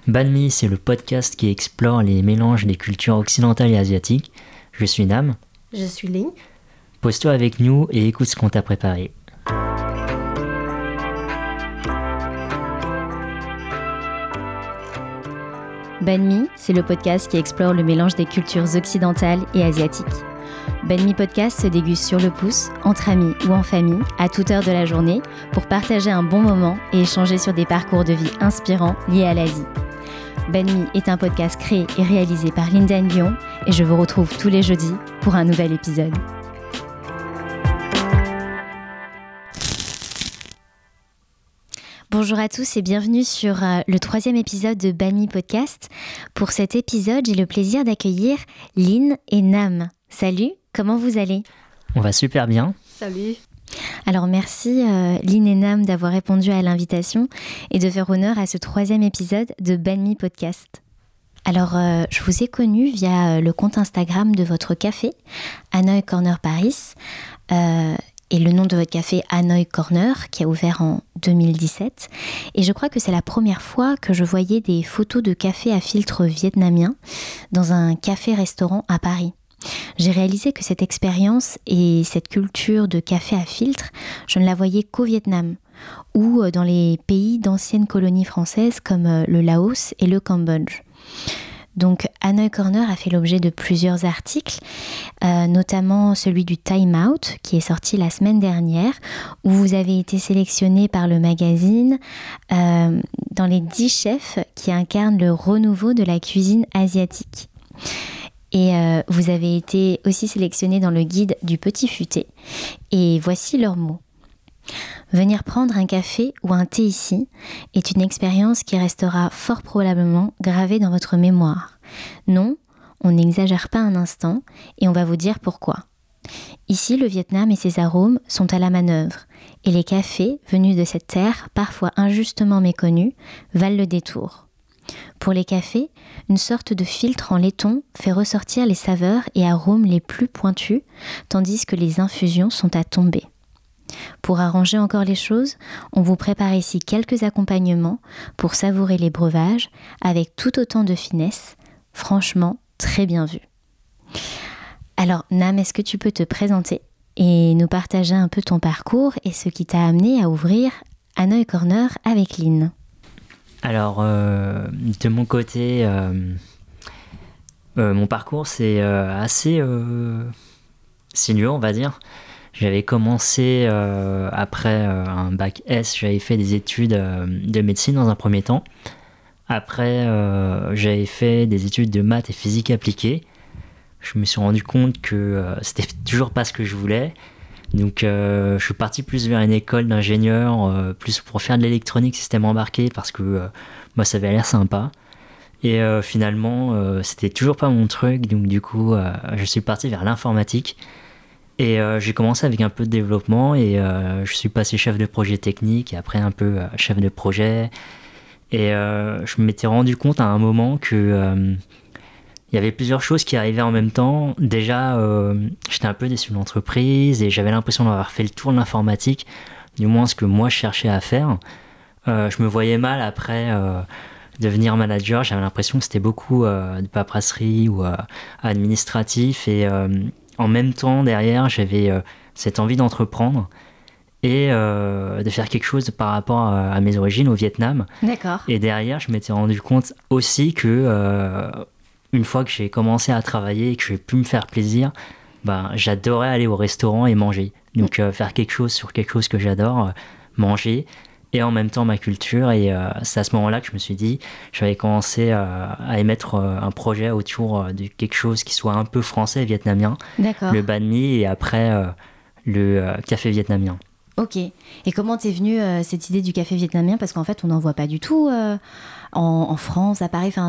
Banh Mi, c'est le podcast qui explore les mélanges des cultures occidentales et asiatiques. Je suis Nam. Je suis Ling. Pose-toi avec nous et écoute ce qu'on t'a préparé. Banh Mi, c'est le podcast qui explore le mélange des cultures occidentales et asiatiques. Banh Mi Podcast se déguste sur le pouce, entre amis ou en famille, à toute heure de la journée, pour partager un bon moment et échanger sur des parcours de vie inspirants liés à l'Asie. Banh Mi est un podcast créé et réalisé par Linda Nguyen et je vous retrouve tous les jeudis pour un nouvel épisode. Bonjour à tous et bienvenue sur le 3e épisode de Banh Mi Podcast. Pour cet épisode, j'ai le plaisir d'accueillir Lynn et Nam. Salut, comment vous allez ? On va super bien. Salut. Alors merci Lynn et Nam d'avoir répondu à l'invitation et de faire honneur à ce 3e épisode de Banh Mi Podcast. Alors je vous ai connu via le compte Instagram de votre café, Hanoi Corner Paris, et le nom de votre café Hanoi Corner qui a ouvert en 2017. Et je crois que c'est la première fois que je voyais des photos de café à filtre vietnamien dans un café-restaurant à Paris. J'ai réalisé que cette expérience et cette culture de café à filtre, je ne la voyais qu'au Vietnam ou dans les pays d'anciennes colonies françaises comme le Laos et le Cambodge. Donc Hanoi Corner a fait l'objet de plusieurs articles, notamment celui du Time Out qui est sorti la semaine dernière, où vous avez été sélectionné par le magazine dans les 10 chefs qui incarnent le renouveau de la cuisine asiatique. Et vous avez été aussi sélectionné dans le guide du Petit Futé. Et voici leurs mots. Venir prendre un café ou un thé ici est une expérience qui restera fort probablement gravée dans votre mémoire. Non, on n'exagère pas un instant et on va vous dire pourquoi. Ici, le Vietnam et ses arômes sont à la manœuvre et les cafés venus de cette terre, parfois injustement méconnus, valent le détour. Pour les cafés, une sorte de filtre en laiton fait ressortir les saveurs et arômes les plus pointus, tandis que les infusions sont à tomber. Pour arranger encore les choses, on vous prépare ici quelques accompagnements pour savourer les breuvages avec tout autant de finesse. Franchement, très bien vu. Alors Nam, est-ce que tu peux te présenter et nous partager un peu ton parcours et ce qui t'a amené à ouvrir Hanoi Corner avec Lynn ? Alors, de mon côté, mon parcours c'est assez sinueux, on va dire. J'avais commencé après un bac S, j'avais fait des études de médecine dans un premier temps. Après, j'avais fait des études de maths et physique appliquée. Je me suis rendu compte que c'était toujours pas ce que je voulais. Donc, je suis parti plus vers une école d'ingénieur, plus pour faire de l'électronique système embarqué, parce que moi, ça avait l'air sympa. Et finalement, c'était toujours pas mon truc. Donc, du coup, je suis parti vers l'informatique. Et j'ai commencé avec un peu de développement et je suis passé chef de projet technique et après un peu chef de projet. Et je m'étais rendu compte à un moment que il y avait plusieurs choses qui arrivaient en même temps. Déjà, j'étais un peu déçu de l'entreprise et j'avais l'impression d'avoir fait le tour de l'informatique, du moins ce que moi je cherchais à faire. Je me voyais mal après devenir manager. J'avais l'impression que c'était beaucoup de paperasserie ou administratif et en même temps, derrière, j'avais cette envie d'entreprendre et de faire quelque chose par rapport à mes origines au Vietnam. D'accord. Et derrière, je m'étais rendu compte aussi que une fois que j'ai commencé à travailler et que j'ai pu me faire plaisir, j'adorais aller au restaurant et manger. Donc faire quelque chose sur quelque chose que j'adore, manger, et en même temps ma culture. Et c'est à ce moment-là que je me suis dit, j'avais commencé à émettre un projet autour de quelque chose qui soit un peu français et vietnamien. D'accord. Le banh mi et après le café vietnamien. Ok. Et comment t'es venue cette idée du café vietnamien ? Parce qu'en fait, on n'en voit pas du tout en France, à Paris,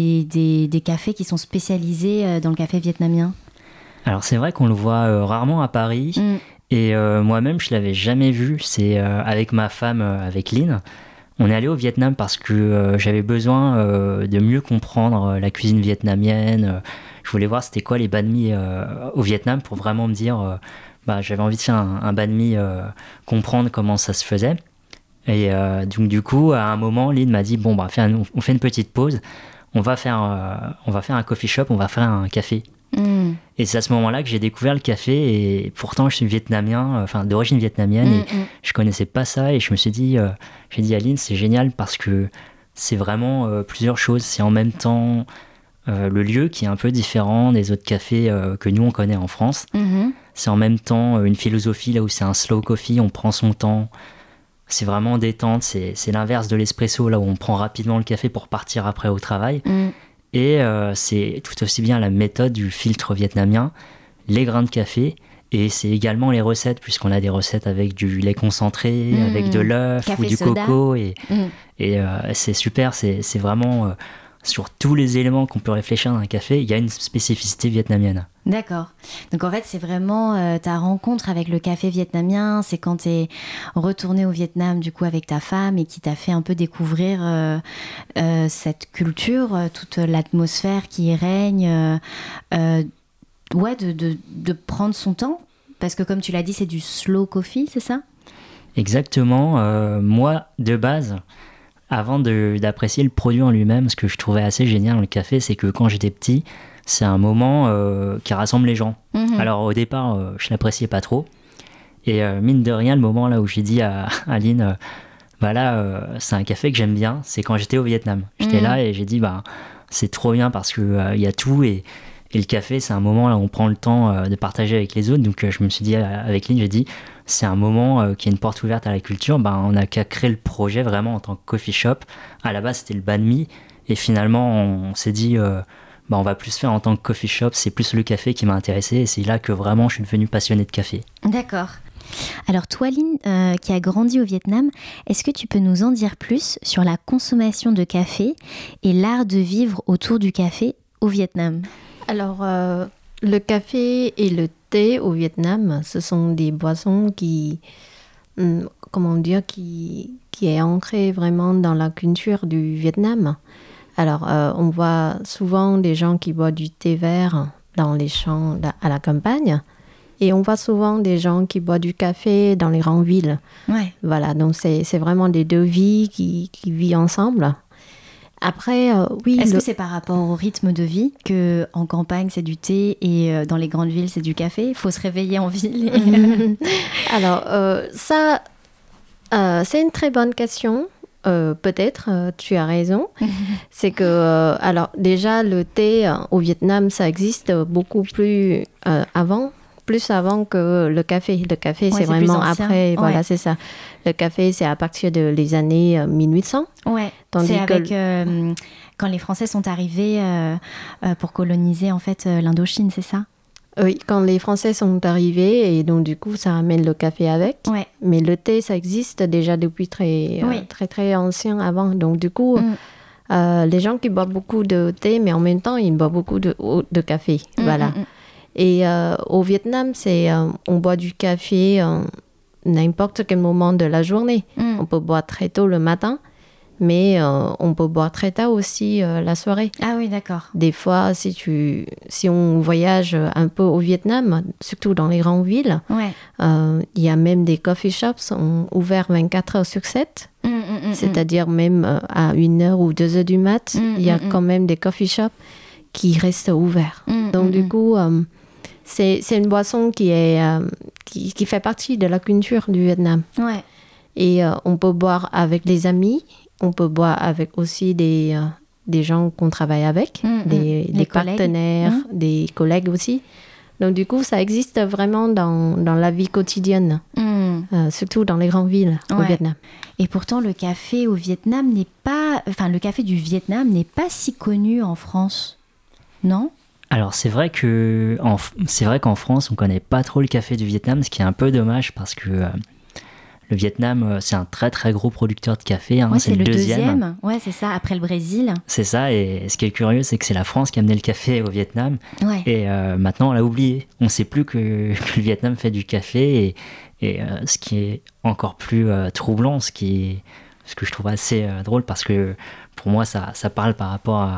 des cafés qui sont spécialisés dans le café vietnamien. Alors c'est vrai qu'on le voit rarement à Paris. Et moi-même, je l'avais jamais vu. C'est avec ma femme, avec Lynn. On est allé au Vietnam parce que j'avais besoin de mieux comprendre la cuisine vietnamienne. Je voulais voir c'était quoi les banh mi au Vietnam pour vraiment me dire... j'avais envie de faire un banh mi, comprendre comment ça se faisait. Et donc du coup, à un moment, Lynn m'a dit, bon, bah, on fait une petite pause, on va faire un coffee shop, on va faire un café. Et c'est à ce moment-là que j'ai découvert le café, et pourtant je suis vietnamien, d'origine vietnamienne, et je connaissais pas ça, et je me suis dit, j'ai dit à Lynn, c'est génial parce que c'est vraiment plusieurs choses. C'est en même temps le lieu qui est un peu différent des autres cafés que nous on connaît en France. C'est en même temps une philosophie là où c'est un slow coffee, on prend son temps. C'est vraiment détente, c'est l'inverse de l'espresso là où on prend rapidement le café pour partir après au travail. Et c'est tout aussi bien la méthode du filtre vietnamien, les grains de café, et c'est également les recettes, puisqu'on a des recettes avec du lait concentré, avec de l'œuf ou du soda. coco, et c'est super, c'est vraiment sur tous les éléments qu'on peut réfléchir dans un café, il y a une spécificité vietnamienne. D'accord. Donc en fait, c'est vraiment ta rencontre avec le café vietnamien, c'est quand tu es retourné au Vietnam du coup avec ta femme et qui t'a fait un peu découvrir cette culture, toute l'atmosphère qui y règne, de prendre son temps, parce que comme tu l'as dit, c'est du slow coffee, c'est ça ? Exactement. Moi, de base, avant d'apprécier le produit en lui-même, ce que je trouvais assez génial dans le café, c'est que quand j'étais petit, c'est un moment qui rassemble les gens. Alors au départ, je l'appréciais pas trop. Et mine de rien, le moment là où j'ai dit à Lynn, c'est un café que j'aime bien, c'est quand j'étais au Vietnam. J'étais là et j'ai dit, c'est trop bien parce que y a tout. Et le café, c'est un moment là où on prend le temps de partager avec les autres. Donc je me suis dit, avec Lynn, j'ai dit, c'est un moment qui est une porte ouverte à la culture. On n'a qu'à créer le projet vraiment en tant que coffee shop. À la base, c'était le banh mi. Et finalement, on s'est dit... on va plus faire en tant que coffee shop, c'est plus le café qui m'a intéressé, et c'est là que vraiment je suis devenu passionné de café. D'accord. Alors toi, Lynn, qui a grandi au Vietnam, est-ce que tu peux nous en dire plus sur la consommation de café et l'art de vivre autour du café au Vietnam ? Alors, le café et le thé au Vietnam, ce sont des boissons qui est ancrée vraiment dans la culture du Vietnam. Alors, on voit souvent des gens qui boivent du thé vert dans les champs à la campagne. Et on voit souvent des gens qui boivent du café dans les grandes villes. Ouais. Voilà, donc c'est vraiment des deux vies qui vivent ensemble. Après, oui. Est-ce que c'est par rapport au rythme de vie qu'en campagne, c'est du thé et dans les grandes villes, c'est du café ? Il faut se réveiller en ville. Alors, ça, c'est une très bonne question. Peut-être, tu as raison. C'est que, alors déjà, le thé au Vietnam, ça existe beaucoup plus avant que le café. Le café, c'est vraiment après. Voilà, c'est ça. Le café, c'est à partir des années 1800. Ouais, c'est avec quand les Français sont arrivés pour coloniser en fait l'Indochine, c'est ça ? Oui, quand les Français sont arrivés, et donc du coup, ça amène le café avec. Ouais. Mais le thé, ça existe déjà depuis très ancien avant. Donc du coup, les gens qui boivent beaucoup de thé, mais en même temps, ils boivent beaucoup de café. Voilà. Et au Vietnam, on boit du café n'importe quel moment de la journée. On peut boire très tôt le matin. Mais on peut boire très tard aussi la soirée. Ah oui, d'accord. Des fois, si on voyage un peu au Vietnam, surtout dans les grandes villes, il y a même des coffee shops ouverts 24 heures sur 7. C'est-à-dire même à 1h ou 2h du mat, il y a quand même des coffee shops qui restent ouverts. Donc du coup, c'est une boisson qui fait partie de la culture du Vietnam. Ouais. Et on peut boire avec les amis. On peut boire avec aussi des gens qu'on travaille avec, des partenaires, des collègues aussi. Donc du coup, ça existe vraiment dans la vie quotidienne, surtout dans les grandes villes au Vietnam. Et pourtant, le café au Vietnam le café du Vietnam n'est pas si connu en France, non ? Alors c'est vrai qu'en France, on connaît pas trop le café du Vietnam, ce qui est un peu dommage parce que le Vietnam, c'est un très très gros producteur de café. C'est le deuxième. Ouais, c'est ça, après le Brésil. C'est ça, et ce qui est curieux, c'est que c'est la France qui a amené le café au Vietnam. Ouais. Et maintenant, on l'a oublié. On ne sait plus que le Vietnam fait du café. Et ce qui est encore plus troublant, ce que je trouve assez drôle, parce que pour moi, ça parle par rapport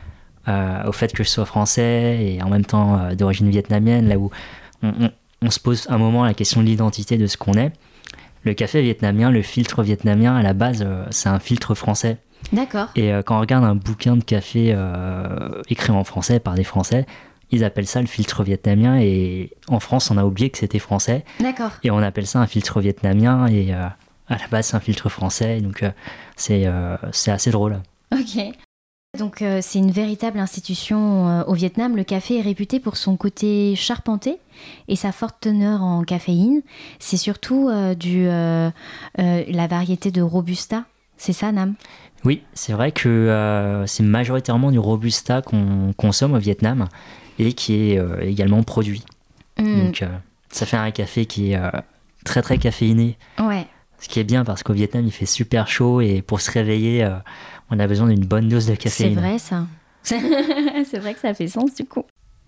au fait que je sois français et en même temps d'origine vietnamienne, là où on se pose un moment la question de l'identité de ce qu'on est. le café vietnamien, le filtre vietnamien, à la base, c'est un filtre français. D'accord. Et quand on regarde un bouquin de café écrit en français par des Français, ils appellent ça le filtre vietnamien. Et en France, on a oublié que c'était français. D'accord. Et on appelle ça un filtre vietnamien. Et à la base, c'est un filtre français. Donc, c'est assez drôle. Ok. Donc, c'est une véritable institution au Vietnam. Le café est réputé pour son côté charpenté et sa forte teneur en caféine. C'est surtout la variété de Robusta. C'est ça, Nam ? Oui, c'est vrai que c'est majoritairement du Robusta qu'on consomme au Vietnam et qui est également produit. Donc, ça fait un café qui est très, très caféiné. Ouais. Ce qui est bien parce qu'au Vietnam, il fait super chaud et pour se réveiller, on a besoin d'une bonne dose de caféine. C'est vrai, ça. C'est vrai que ça fait sens, du coup.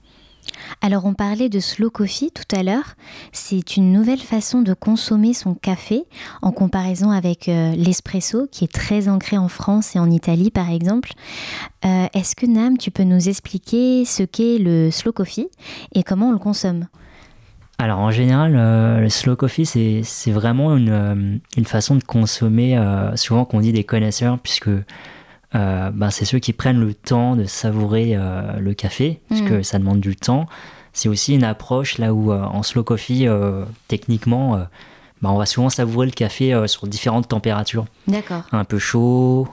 Alors, on parlait de slow coffee tout à l'heure. C'est une nouvelle façon de consommer son café en comparaison avec l'espresso, qui est très ancré en France et en Italie, par exemple. Est-ce que, Nam, tu peux nous expliquer ce qu'est le slow coffee et comment on le consomme ? Alors, en général, le slow coffee, c'est vraiment une façon de consommer, souvent qu'on dit des connaisseurs, puisque c'est ceux qui prennent le temps de savourer le café, parce que ça demande du temps. C'est aussi une approche là où en slow coffee, techniquement, on va souvent savourer le café sur différentes températures. D'accord. Un peu chaud,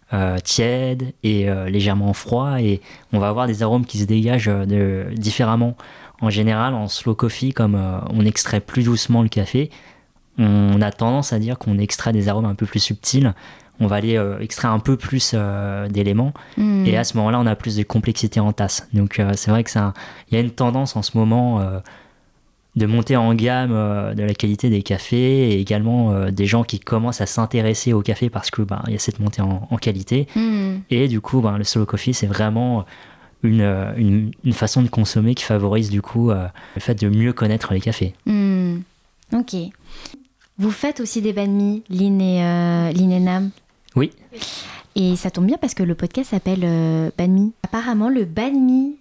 tiède et légèrement froid, et on va avoir des arômes qui se dégagent différemment. En général, en slow coffee, comme on extrait plus doucement le café, on a tendance à dire qu'on extrait des arômes un peu plus subtils. On va aller extraire un peu plus d'éléments. Et à ce moment-là, on a plus de complexité en tasse. Donc c'est vrai que y a une tendance en ce moment de monter en gamme de la qualité des cafés, et également des gens qui commencent à s'intéresser au café parce que y a cette montée en qualité. Et du coup, le slow coffee, c'est vraiment une façon de consommer qui favorise du coup le fait de mieux connaître les cafés. Ok. Vous faites aussi des banh mi, Lynn et Nam ? Oui. Et ça tombe bien parce que le podcast s'appelle banh mi. Apparemment, le banh mi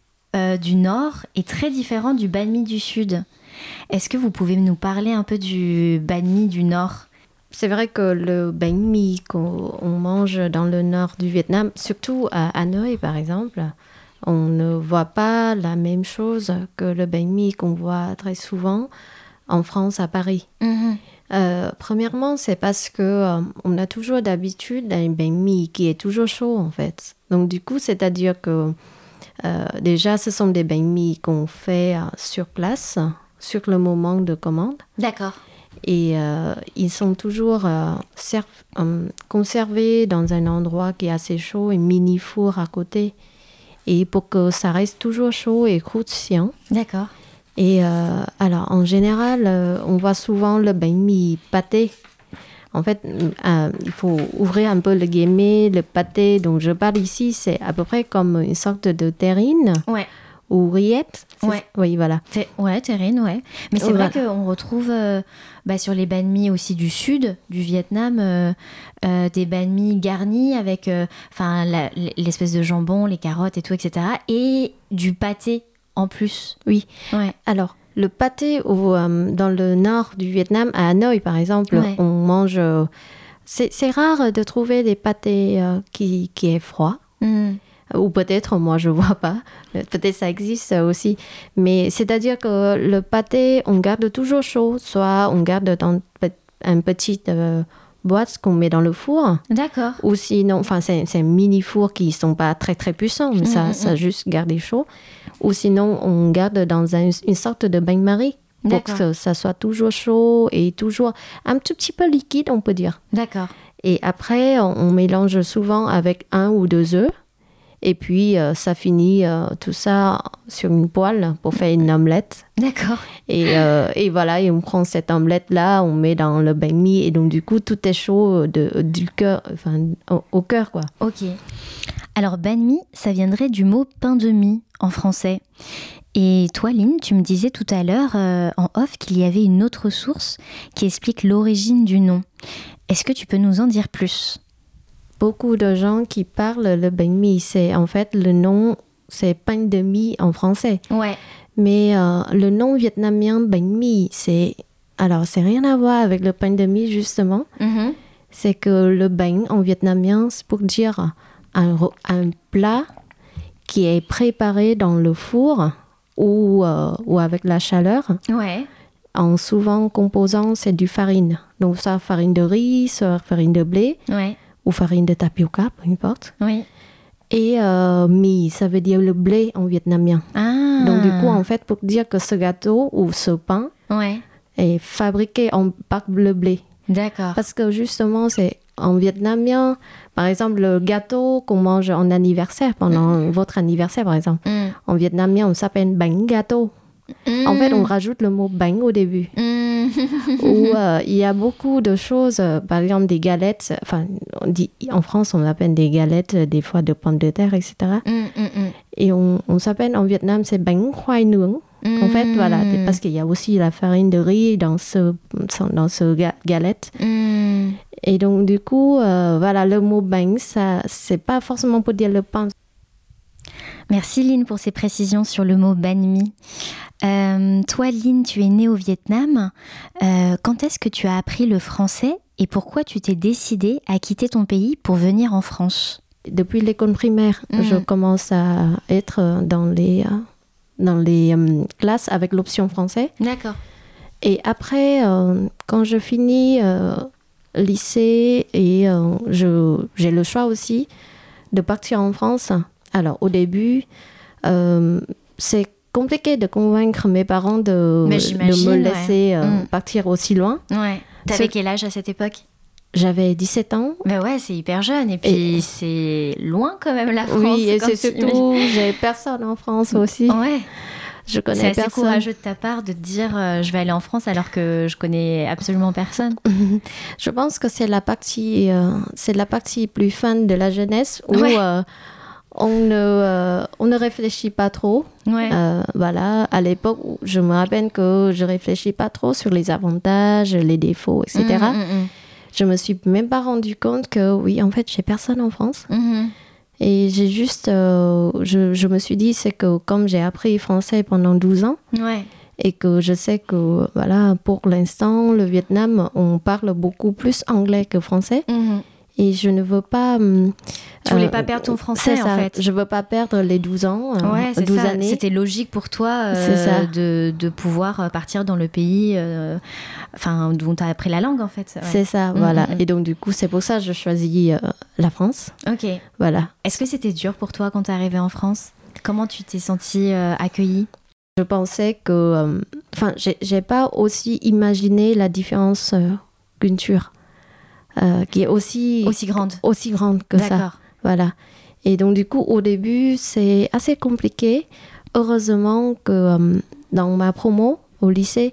du Nord est très différent du banh mi du Sud. Est-ce que vous pouvez nous parler un peu du banh mi du Nord ? C'est vrai que le banh mi qu'on mange dans le nord du Vietnam, surtout à Hanoï par exemple, on ne voit pas la même chose que le banh mi qu'on voit très souvent en France, à Paris. Premièrement, c'est parce que on a toujours d'habitude un banh mi qui est toujours chaud en fait. Donc du coup, c'est-à-dire que déjà, ce sont des banh mi qu'on fait sur place, sur le moment de commande. D'accord. Et ils sont toujours conservés dans un endroit qui est assez chaud, et mini four à côté. Et pour que ça reste toujours chaud et croustillant. D'accord. Et alors, en général, on voit souvent le banh mi pâté. En fait, il faut ouvrir un peu le guillemets. Le pâté dont je parle ici, c'est à peu près comme une sorte de terrine. Ouais. Ou rillette. Ouais. Oui, voilà. Terrine, ouais. Mais c'est vrai qu'on retrouve sur les banh mi aussi du sud, du Vietnam, des banh mi garnis avec l'espèce de jambon, les carottes et tout, etc. Et du pâté en plus. Oui. Ouais. Alors, le pâté dans le nord du Vietnam, à Hanoï par exemple, on mange... c'est rare de trouver des pâtés qui est froid. Ou peut-être, moi je vois pas, peut-être ça existe aussi, mais c'est-à-dire que le pâté, on garde toujours chaud, soit on garde dans une petite boîte qu'on met dans le four. D'accord. Ou sinon, c'est un mini four qui sont pas très très puissants, mais ça juste garder chaud. Ou sinon, on garde dans une sorte de bain-marie pour que ça soit toujours chaud et toujours un tout petit peu liquide, on peut dire. D'accord. Et après, on mélange souvent avec 1 ou 2 œufs. Et puis, ça finit tout ça sur une poêle pour faire une omelette. D'accord. Et voilà, et on prend cette omelette-là, on met dans le banh mi. Et donc, du coup, tout est chaud du cœur, au cœur, quoi. Ok. Alors, banh mi, ça viendrait du mot pain de mie en français. Et toi, Lynn, tu me disais tout à l'heure en off qu'il y avait une autre source qui explique l'origine du nom. Est-ce que tu peux nous en dire plus ? Beaucoup de gens qui parlent le banh mi, c'est en fait le nom, c'est pain de mie en français. Ouais. Mais le nom vietnamien banh mi, c'est Alors, c'est rien à voir avec le pain de mie, justement. C'est que le bánh en vietnamien, c'est pour dire un plat qui est préparé dans le four ou avec la chaleur. Ouais. En souvent composant, c'est du farine. Donc, ça, farine de riz, soit farine de blé ou farine de tapioca, peu importe. Oui. Et mì, ça veut dire le blé en vietnamien. Ah. Donc, du coup, en fait, pour dire que ce gâteau ou ce pain est fabriqué par le blé. D'accord. Parce que justement, c'est en vietnamien, par exemple, le gâteau qu'on mange en anniversaire, pendant votre anniversaire, par exemple. En vietnamien, on s'appelle bánh gâteau. En fait, on rajoute le mot bánh au début. Où il y a beaucoup de choses, par exemple des galettes. Enfin, en France, on appelle des galettes, des fois de pommes de terre, etc. Et on s'appelle en Vietnam, c'est bánh khoai nướng. En fait, voilà, parce qu'il y a aussi la farine de riz dans ce galette. Et donc, du coup, voilà, le mot bánh, ça, c'est pas forcément pour dire le pain. Merci Linh pour ces précisions sur le mot bánh mì. Toi, Linh, tu es née au Vietnam. Quand est-ce que tu as appris le français et pourquoi tu t'es décidée à quitter ton pays pour venir en France ? Depuis l'école primaire, je commence à être dans les classes avec l'option français. D'accord. Et après, quand je finis lycée et j'ai le choix aussi de partir en France. Alors, au début, c'est compliqué de convaincre mes parents de me laisser partir aussi loin. Ouais. T'avais quel âge à cette époque ? J'avais 17 ans. Ben ouais, c'est hyper jeune. Et puis, c'est loin quand même, la France. Oui, et c'est surtout, j'ai personne en France aussi. Ouais. Je connais personne. C'est assez courageux de ta part de te dire je vais aller en France alors que je connais absolument personne. Je pense que c'est la partie plus fun de la jeunesse où on ne réfléchit pas trop. Ouais. Voilà, à l'époque, je me rappelle que je réfléchis pas trop sur les avantages, les défauts, etc. Je me suis même pas rendu compte que oui, en fait, j'ai personne en France. Et j'ai juste, je me suis dit, c'est que comme j'ai appris français pendant 12 ans, et que je sais que, voilà, pour l'instant, le Vietnam, on parle beaucoup plus anglais que français. Et je ne veux pas... Tu voulais pas perdre ton français, en fait. Je veux pas perdre les 12 ans, 12 années. C'était logique pour toi de pouvoir partir dans le pays dont tu as appris la langue, en fait. Ouais. C'est ça, voilà. Et donc, du coup, c'est pour ça que je choisis la France. Ok. Voilà. Est-ce que c'était dur pour toi quand tu es arrivée en France ? Comment tu t'es sentie accueillie ? Je pensais que... j'ai pas aussi imaginé la différence culture. Qui est aussi grande que ça. Voilà. Et donc, du coup, au début, c'est assez compliqué. Heureusement que dans ma promo au lycée,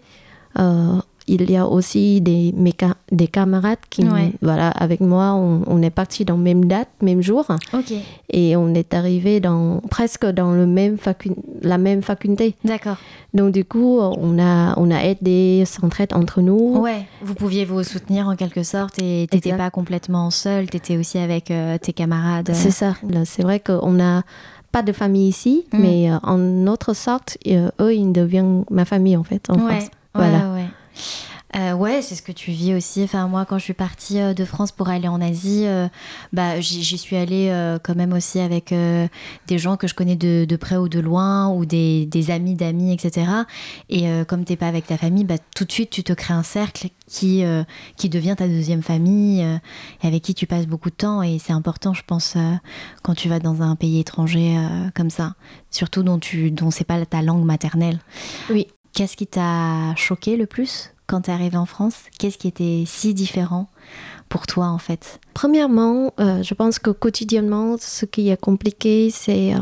il y a aussi des camarades qui, voilà, avec moi, on est partis dans la même date, même jour. Ok. Et on est arrivés presque dans la même faculté. D'accord. Donc, du coup, on a aidé, s'entraide entre nous. Ouais, vous pouviez vous soutenir en quelque sorte et t'étais pas complètement seule, t'étais aussi avec tes camarades. C'est ça. Là, c'est vrai qu'on n'a pas de famille ici, mais en autre sorte, eux, ils deviennent ma famille, en fait, en France. Voilà. Ouais, c'est ce que tu vis aussi. Enfin, moi, quand je suis partie de France pour aller en Asie, j'y suis allée quand même aussi avec des gens que je connais de près ou de loin, ou des amis d'amis, etc. Et comme t'es pas avec ta famille, tout de suite, tu te crées un cercle qui devient ta deuxième famille, et avec qui tu passes beaucoup de temps. Et c'est important, je pense, quand tu vas dans un pays étranger comme ça, surtout dont c'est pas ta langue maternelle. Oui. Qu'est-ce qui t'a choqué le plus quand t'es arrivée en France ? Qu'est-ce qui était si différent pour toi, en fait ? Premièrement, je pense que quotidiennement, ce qui est compliqué, c'est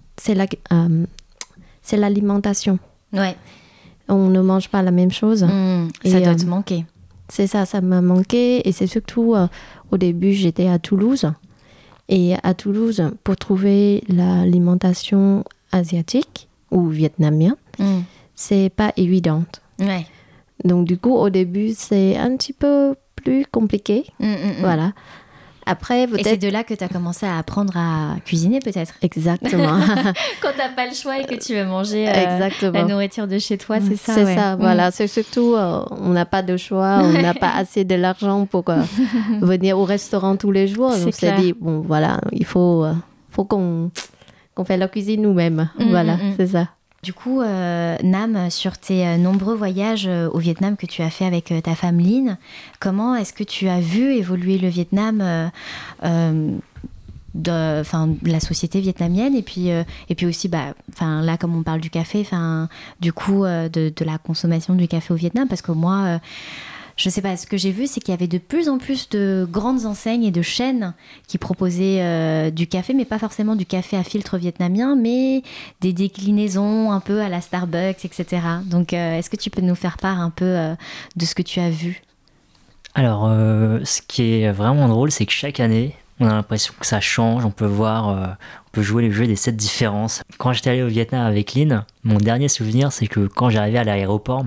l'alimentation. Ouais. On ne mange pas la même chose. Ça doit te manquer. C'est ça m'a manqué. Et c'est surtout, au début, j'étais à Toulouse. Et à Toulouse, pour trouver l'alimentation asiatique ou vietnamienne, c'est pas évident. Ouais. Donc, du coup, au début, c'est un petit peu plus compliqué. Voilà. Après, peut-être... Et c'est de là que tu as commencé à apprendre à cuisiner, peut-être. Exactement. Quand tu n'as pas le choix et que tu veux manger la nourriture de chez toi, c'est ça. C'est ça, voilà. C'est surtout, on n'a pas de choix, on n'a pas assez de l'argent pour venir au restaurant tous les jours. Donc, on s'est dit, bon, voilà, il faut qu'on fasse la cuisine nous-mêmes. Voilà, c'est ça. Du coup, Nam, sur tes nombreux voyages au Vietnam que tu as fait avec ta femme Lynn, comment est-ce que tu as vu évoluer le Vietnam, la société vietnamienne et puis aussi, là, comme on parle du café, du coup, de la consommation du café au Vietnam, parce que moi... je sais pas, ce que j'ai vu, c'est qu'il y avait de plus en plus de grandes enseignes et de chaînes qui proposaient du café, mais pas forcément du café à filtre vietnamien, mais des déclinaisons un peu à la Starbucks, etc. Donc, est-ce que tu peux nous faire part un peu de ce que tu as vu ? Alors, ce qui est vraiment drôle, c'est que chaque année, on a l'impression que ça change. On peut jouer les jeux des 7 différences. Quand j'étais allé au Vietnam avec Lynn, mon dernier souvenir, c'est que quand j'arrivais à l'aéroport,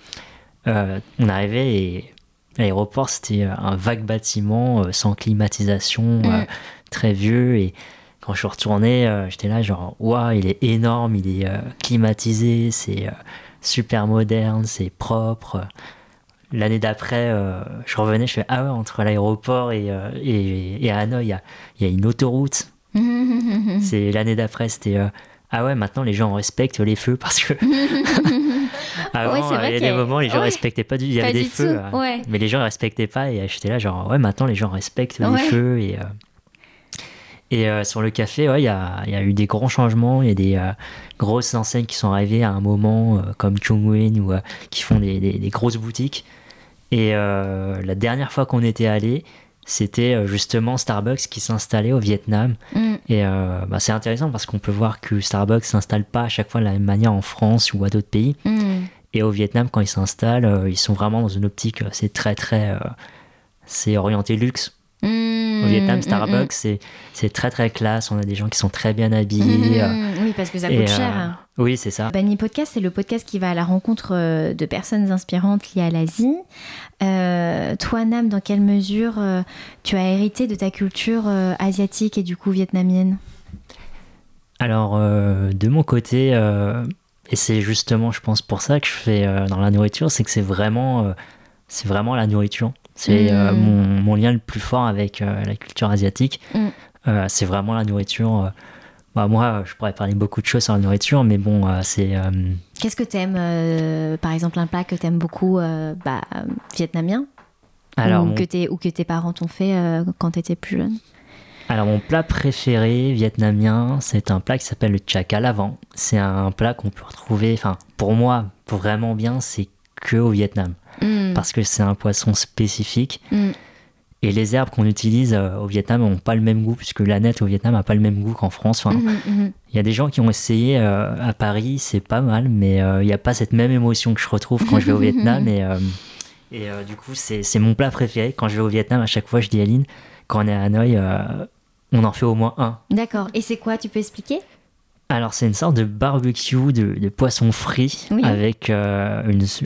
on arrivait et l'aéroport c'était un vague bâtiment sans climatisation, très vieux, et quand je suis retourné j'étais là genre waouh, il est énorme, il est climatisé, c'est super moderne, c'est propre. L'année d'après je revenais, je fais ah ouais, entre l'aéroport et Hanoï il y a une autoroute. C'est l'année d'après, c'était ah ouais, maintenant les gens respectent les feux parce que avant, il y a des moments, les gens respectaient pas il y avait des feux, mais les gens ne respectaient pas, et j'étais là genre ouais, maintenant les gens respectent les feux, et sur le café, il y a eu des grands changements. Il y a des grosses enseignes qui sont arrivées à un moment comme Chung Nguyen, ou qui font des grosses boutiques, et la dernière fois qu'on était allé, c'était justement Starbucks qui s'installait au Vietnam. Et c'est intéressant parce qu'on peut voir que Starbucks s'installe pas à chaque fois de la même manière en France ou à d'autres pays. Et au Vietnam, quand ils s'installent, ils sont vraiment dans une optique, c'est très très c'est orienté luxe. Au Vietnam, Starbucks, c'est très très classe. On a des gens qui sont très bien habillés. Oui, parce que ça coûte cher. Oui, c'est ça. Banmi Podcast, c'est le podcast qui va à la rencontre de personnes inspirantes liées à l'Asie. Toi, Nam, dans quelle mesure tu as hérité de ta culture asiatique et du coup vietnamienne ? Alors, de mon côté, et c'est justement, je pense, pour ça que je fais dans la nourriture, c'est que c'est vraiment la nourriture. C'est mon lien le plus fort avec la culture asiatique. C'est vraiment la nourriture. Moi, je pourrais parler beaucoup de choses sur la nourriture, mais bon, c'est... Qu'est-ce que t'aimes, par exemple, un plat que t'aimes beaucoup vietnamien ? Alors, que tes parents t'ont fait quand t'étais plus jeune ? Alors, mon plat préféré vietnamien, c'est un plat qui s'appelle le chak à l'avant. C'est un plat qu'on peut retrouver, pour moi, vraiment bien, c'est que au Vietnam. Parce que c'est un poisson spécifique. Et les herbes qu'on utilise au Vietnam n'ont pas le même goût, puisque l'aneth au Vietnam n'a pas le même goût qu'en France. Il y a des gens qui ont essayé à Paris, c'est pas mal, mais il n'y a pas cette même émotion que je retrouve quand je vais au Vietnam. Et du coup, c'est mon plat préféré. Quand je vais au Vietnam, à chaque fois, je dis à Lynn, quand on est à Hanoï, on en fait au moins un. D'accord. Et c'est quoi, tu peux expliquer ? Alors, c'est une sorte de barbecue de poisson frit, qui a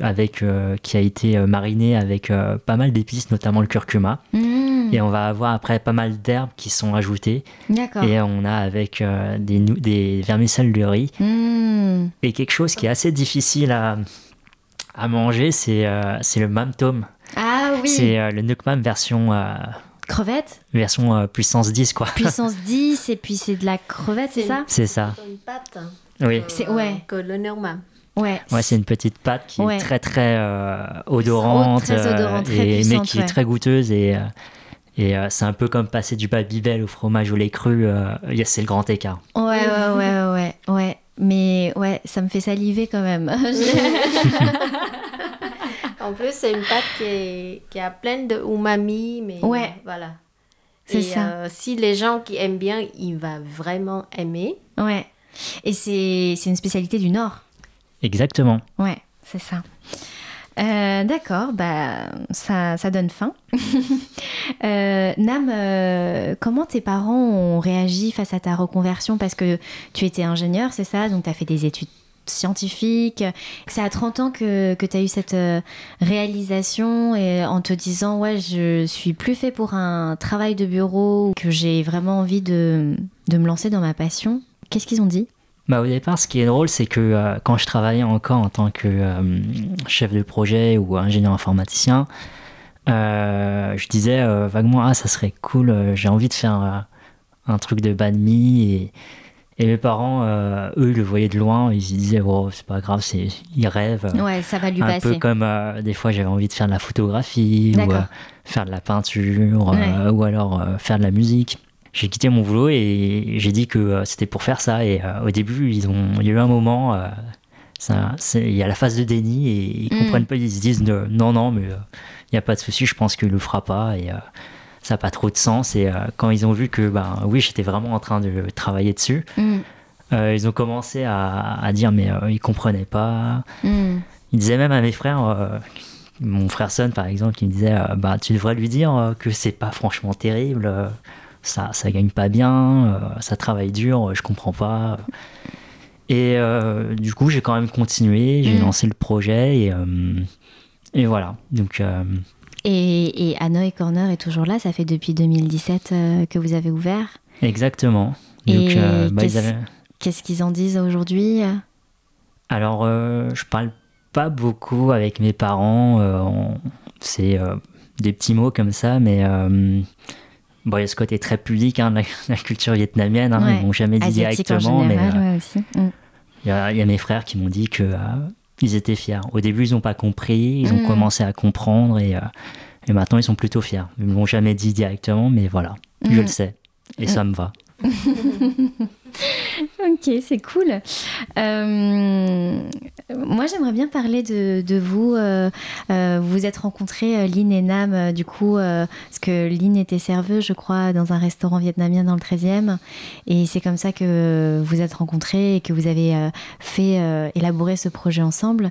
été mariné avec pas mal d'épices, notamment le curcuma. Et on va avoir après pas mal d'herbes qui sont ajoutées. D'accord. Et on a avec des vermicelles de riz. Et quelque chose qui est assez difficile à manger, c'est le mam tom. Ah oui. C'est le nuoc mam version... crevette, version puissance 10, quoi. Puissance 10, et puis c'est de la crevette, c'est ça ? C'est ça. C'est une pâte. Oui. Que le nuoc mam. Ouais, c'est une petite pâte qui est très très odorante, très puissante, mais qui est très goûteuse, et c'est un peu comme passer du Babybel au fromage au lait cru, c'est le grand écart. Ouais. Mais ouais, ça me fait saliver quand même. En plus, c'est une pâte qui a plein de umami, mais voilà. C'est ça. Si les gens qui aiment bien, ils vont vraiment aimer. Ouais. Et c'est une spécialité du Nord. Exactement. Ouais, c'est ça. D'accord, ça donne faim. Nam, comment tes parents ont réagi face à ta reconversion ? Parce que tu étais ingénieur, c'est ça ? Donc tu as fait des études scientifique. C'est à 30 ans que tu as eu cette réalisation et en te disant ouais, je suis plus fait pour un travail de bureau, que j'ai vraiment envie de me lancer dans ma passion. Qu'est-ce qu'ils ont dit ? Au départ, ce qui est drôle, c'est que quand je travaillais encore en tant que chef de projet ou ingénieur informaticien, je disais vaguement ça serait cool, j'ai envie de faire un truc de banh mi et mes parents, eux, ils le voyaient de loin, ils se disaient oh, c'est pas grave, ils rêvent. Ouais, ça va lui passer. Un peu comme des fois j'avais envie de faire de la photographie ou faire de la peinture ou alors faire de la musique. J'ai quitté mon boulot et j'ai dit que c'était pour faire ça. Et au début, il y a eu un moment, il y a la phase de déni et ils comprennent pas, ils se disent non, mais il n'y a pas de souci, je pense qu'il le fera pas et ça n'a pas trop de sens. Et quand ils ont vu que oui, j'étais vraiment en train de travailler dessus, ils ont commencé à dire mais ils comprenaient pas. Ils disaient même à mes frères, mon frère Son par exemple, qui me disait tu devrais lui dire que c'est pas franchement terrible. Ça gagne pas bien, ça travaille dur, je comprends pas. Et du coup, j'ai quand même continué, j'ai lancé le projet et voilà. Donc, et Hanoï Corner est toujours là, ça fait depuis 2017 que vous avez ouvert. Exactement. Donc, qu'est-ce qu'ils en disent aujourd'hui ? Alors, je parle pas beaucoup avec mes parents, c'est des petits mots comme ça, mais... il y a ce côté très pudique de la culture vietnamienne, ils m'ont jamais dit directement, général, aussi. Il y a mes frères qui m'ont dit qu'ils étaient fiers. Au début, ils n'ont pas compris, ils ont commencé à comprendre et maintenant, ils sont plutôt fiers. Ils ne m'ont jamais dit directement, mais voilà, je le sais et ça me va. Ok, c'est cool. Moi, j'aimerais bien parler de vous. Vous vous êtes rencontrés, Linh et Nam, du coup, parce que Linh était serveuse, je crois, dans un restaurant vietnamien dans le 13e. Et c'est comme ça que vous êtes rencontrés et que vous avez fait élaborer ce projet ensemble.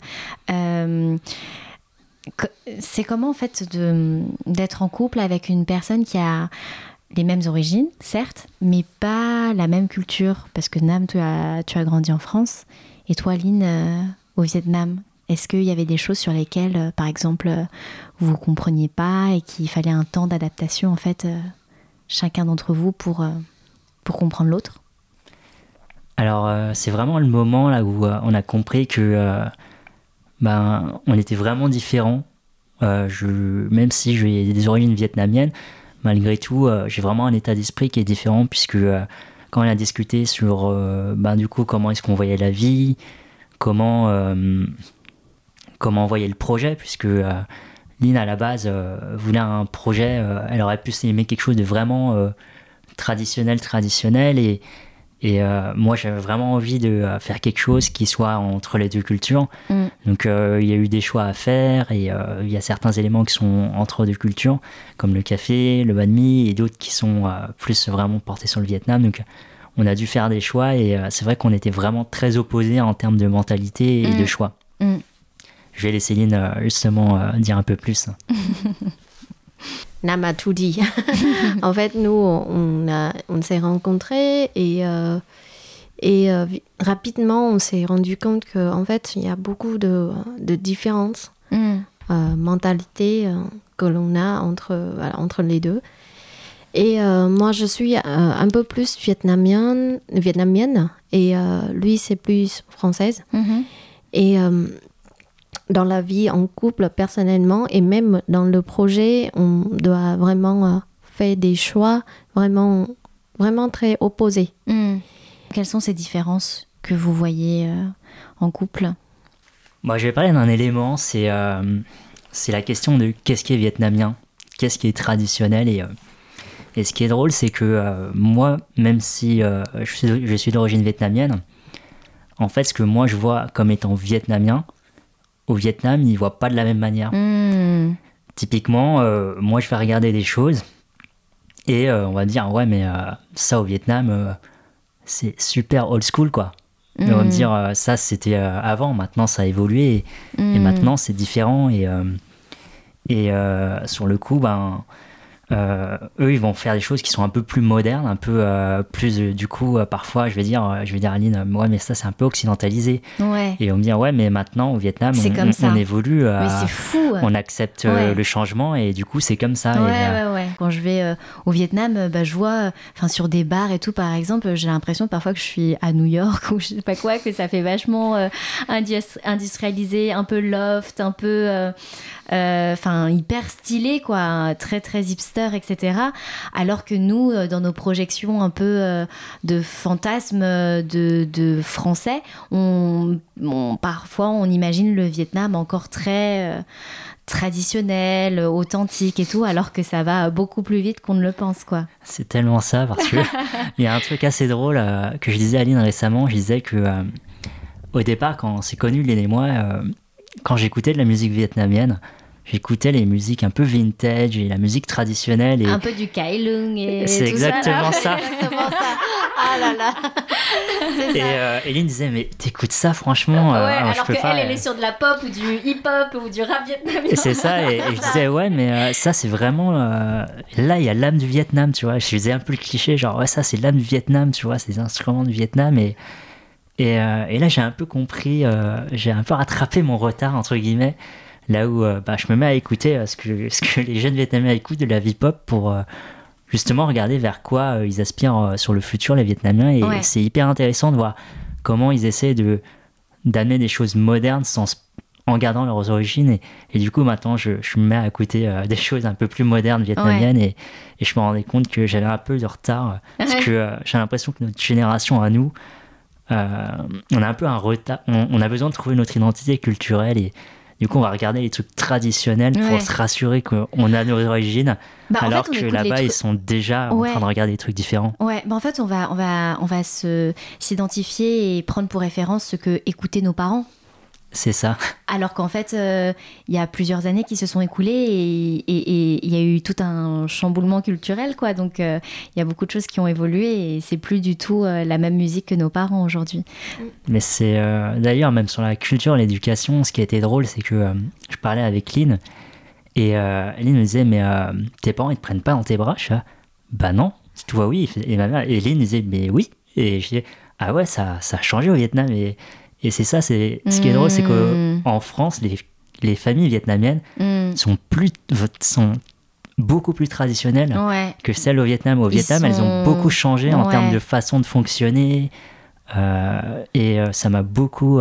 C'est comment, en fait, d'être en couple avec une personne qui a les mêmes origines, certes, mais pas la même culture, parce que Nam, tu as grandi en France, et toi, Linh, au Vietnam. Est-ce qu'il y avait des choses sur lesquelles, par exemple, vous ne compreniez pas et qu'il fallait un temps d'adaptation, en fait, chacun d'entre vous pour comprendre l'autre ? Alors, c'est vraiment le moment là où on a compris que on était vraiment différents. Même si j'ai des origines vietnamiennes, malgré tout, j'ai vraiment un état d'esprit qui est différent puisque quand on a discuté sur du coup comment est-ce qu'on voyait la vie, comment on voyait le projet, puisque Linh à la base voulait un projet, elle aurait pu aimer quelque chose de vraiment traditionnel et moi j'avais vraiment envie de faire quelque chose qui soit entre les deux cultures. Donc il y a eu des choix à faire et il y a certains éléments qui sont entre deux cultures comme le café, le banh mi et d'autres qui sont plus vraiment portés sur le Vietnam. Donc on a dû faire des choix et c'est vrai qu'on était vraiment très opposés en termes de mentalité et de choix. Je vais laisser Linh justement dire un peu plus. Nam a tout dit. En fait, nous, on s'est rencontrés et rapidement, on s'est rendu compte qu'en fait, il y a beaucoup de différences, mentalités que l'on a entre les deux. Et moi, je suis un peu plus vietnamienne et lui, c'est plus française. Et dans la vie en couple, personnellement, et même dans le projet, on doit vraiment faire des choix vraiment, vraiment très opposés. Quelles sont ces différences que vous voyez en couple ? Je vais parler d'un élément, c'est la question de qu'est-ce qui est vietnamien, qu'est-ce qui est traditionnel. Et ce qui est drôle, c'est que moi, même si je suis d'origine vietnamienne, en fait, ce que moi je vois comme étant vietnamien, au Vietnam, ils ne voient pas de la même manière. Typiquement, moi, je vais regarder des choses et on va dire, ouais, mais ça, au Vietnam, c'est super old school, quoi. Et on va me dire, ça, c'était avant, maintenant, ça a évolué et maintenant, c'est différent. Et sur le coup, eux ils vont faire des choses qui sont un peu plus modernes, un peu plus du coup parfois je vais dire à Aline, ouais mais ça c'est un peu occidentalisé, et on me dit ouais mais maintenant au Vietnam on évolue, mais c'est fou, on accepte le changement et du coup c'est comme ça. Quand je vais au Vietnam, je vois sur des bars et tout par exemple, j'ai l'impression parfois que je suis à New York ou je sais pas quoi, que ça fait vachement industrialisé, un peu loft, un peu hyper stylé quoi, très très hipster, etc. Alors que nous, dans nos projections un peu de fantasmes de français, parfois on imagine le Vietnam encore très traditionnel, authentique et tout, alors que ça va beaucoup plus vite qu'on ne le pense quoi. C'est tellement ça, parce que il y a un truc assez drôle que je disais à Aline récemment. Je disais que au départ, quand on s'est connus, Lynn et moi, quand j'écoutais de la musique vietnamienne, j'écoutais les musiques un peu vintage et la musique traditionnelle. Et un peu du Kai Lung et c'est tout exactement ça. C'est exactement ça. Ah là là. Et Lynn disait, mais t'écoutes ça franchement alors qu'elle, elle est sur de la pop ou du hip-hop ou du rap vietnamien. Et c'est ça, et je disais, ouais, mais ça c'est vraiment... là, il y a l'âme du Vietnam, tu vois. Je faisais un peu le cliché, genre, ouais, ça c'est l'âme du Vietnam, tu vois, c'est des instruments du Vietnam. Et là, j'ai un peu compris, j'ai un peu rattrapé mon retard, entre guillemets. Là où je me mets à écouter ce que les jeunes Vietnamiens écoutent de la V-pop pour justement regarder vers quoi ils aspirent sur le futur, les Vietnamiens. Et c'est hyper intéressant de voir comment ils essaient d'amener des choses modernes en gardant leurs origines. Et du coup, maintenant, je me mets à écouter des choses un peu plus modernes vietnamiennes. Et je me rendais compte que j'avais un peu de retard. Parce que j'ai l'impression que notre génération à nous, on a un peu un retard. On a besoin de trouver notre identité culturelle. Et du coup, on va regarder les trucs traditionnels pour se rassurer qu'on a nos origines, alors que là-bas, ils sont déjà en train de regarder des trucs différents. En fait, on va s'identifier et prendre pour référence ce que écoutaient nos parents. C'est ça. Alors qu'en fait, il y a plusieurs années qui se sont écoulées et il y a eu tout un chamboulement culturel, quoi. Donc, il y a beaucoup de choses qui ont évolué et c'est plus du tout la même musique que nos parents aujourd'hui. Mais c'est d'ailleurs, même sur la culture et l'éducation, ce qui a été drôle, c'est que je parlais avec Lynn et Lynn me disait, mais tes parents, ils te prennent pas dans tes bras? Bah non. Tu vois, oui. Et ma mère, et Lynn disait, mais oui. Et je disais, ah ouais, ça a changé au Vietnam. Et c'est ça, ce qui est drôle, c'est qu'en France, les familles vietnamiennes sont beaucoup plus traditionnelles que celles au Vietnam. Au Vietnam, elles ont beaucoup changé en termes de façon de fonctionner. Et ça m'a beaucoup...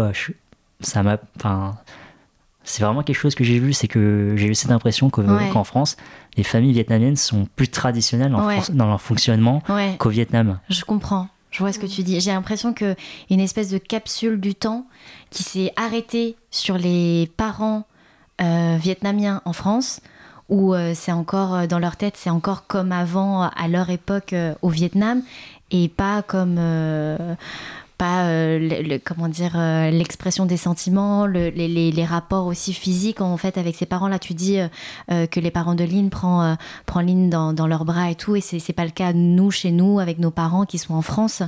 c'est vraiment quelque chose que j'ai vu, c'est que j'ai eu cette impression qu'en France, les familles vietnamiennes sont plus traditionnelles dans leur fonctionnement qu'au Vietnam. Je comprends. Je vois ce que tu dis. J'ai l'impression qu'il y a une espèce de capsule du temps qui s'est arrêtée sur les parents vietnamiens en France, où c'est encore, dans leur tête, c'est encore comme avant, à leur époque, au Vietnam, et pas comme... l'expression des sentiments, les rapports aussi physiques en fait avec ses parents. Là tu dis que les parents de Lynn prend Lynn dans leurs bras et tout, et c'est pas le cas chez nous avec nos parents qui sont en France.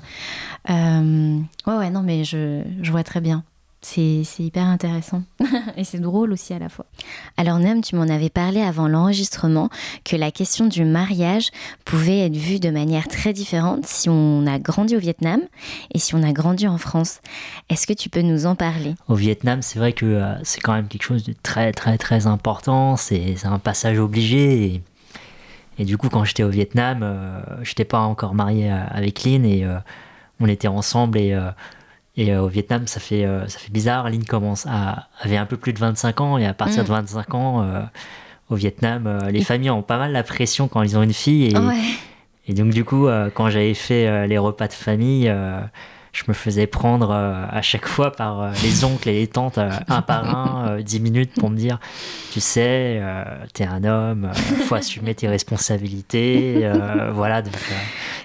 Non mais je vois très bien. C'est hyper intéressant et c'est drôle aussi à la fois. Alors Nam, tu m'en avais parlé avant l'enregistrement que la question du mariage pouvait être vue de manière très différente si on a grandi au Vietnam et si on a grandi en France. Est-ce que tu peux nous en parler? Au Vietnam, c'est vrai que c'est quand même quelque chose de très très très important, c'est un passage obligé et du coup quand j'étais au Vietnam, j'étais pas encore marié avec Lynn et on était ensemble et au Vietnam, ça fait bizarre. Lynn avait un peu plus de 25 ans et à partir de 25 ans, au Vietnam, les familles ont pas mal la pression quand ils ont une fille. Et donc du coup, quand j'avais fait les repas de famille, je me faisais prendre à chaque fois par les oncles et les tantes, un par un, 10 minutes pour me dire, tu sais, t'es un homme, faut assumer tes responsabilités. Voilà, donc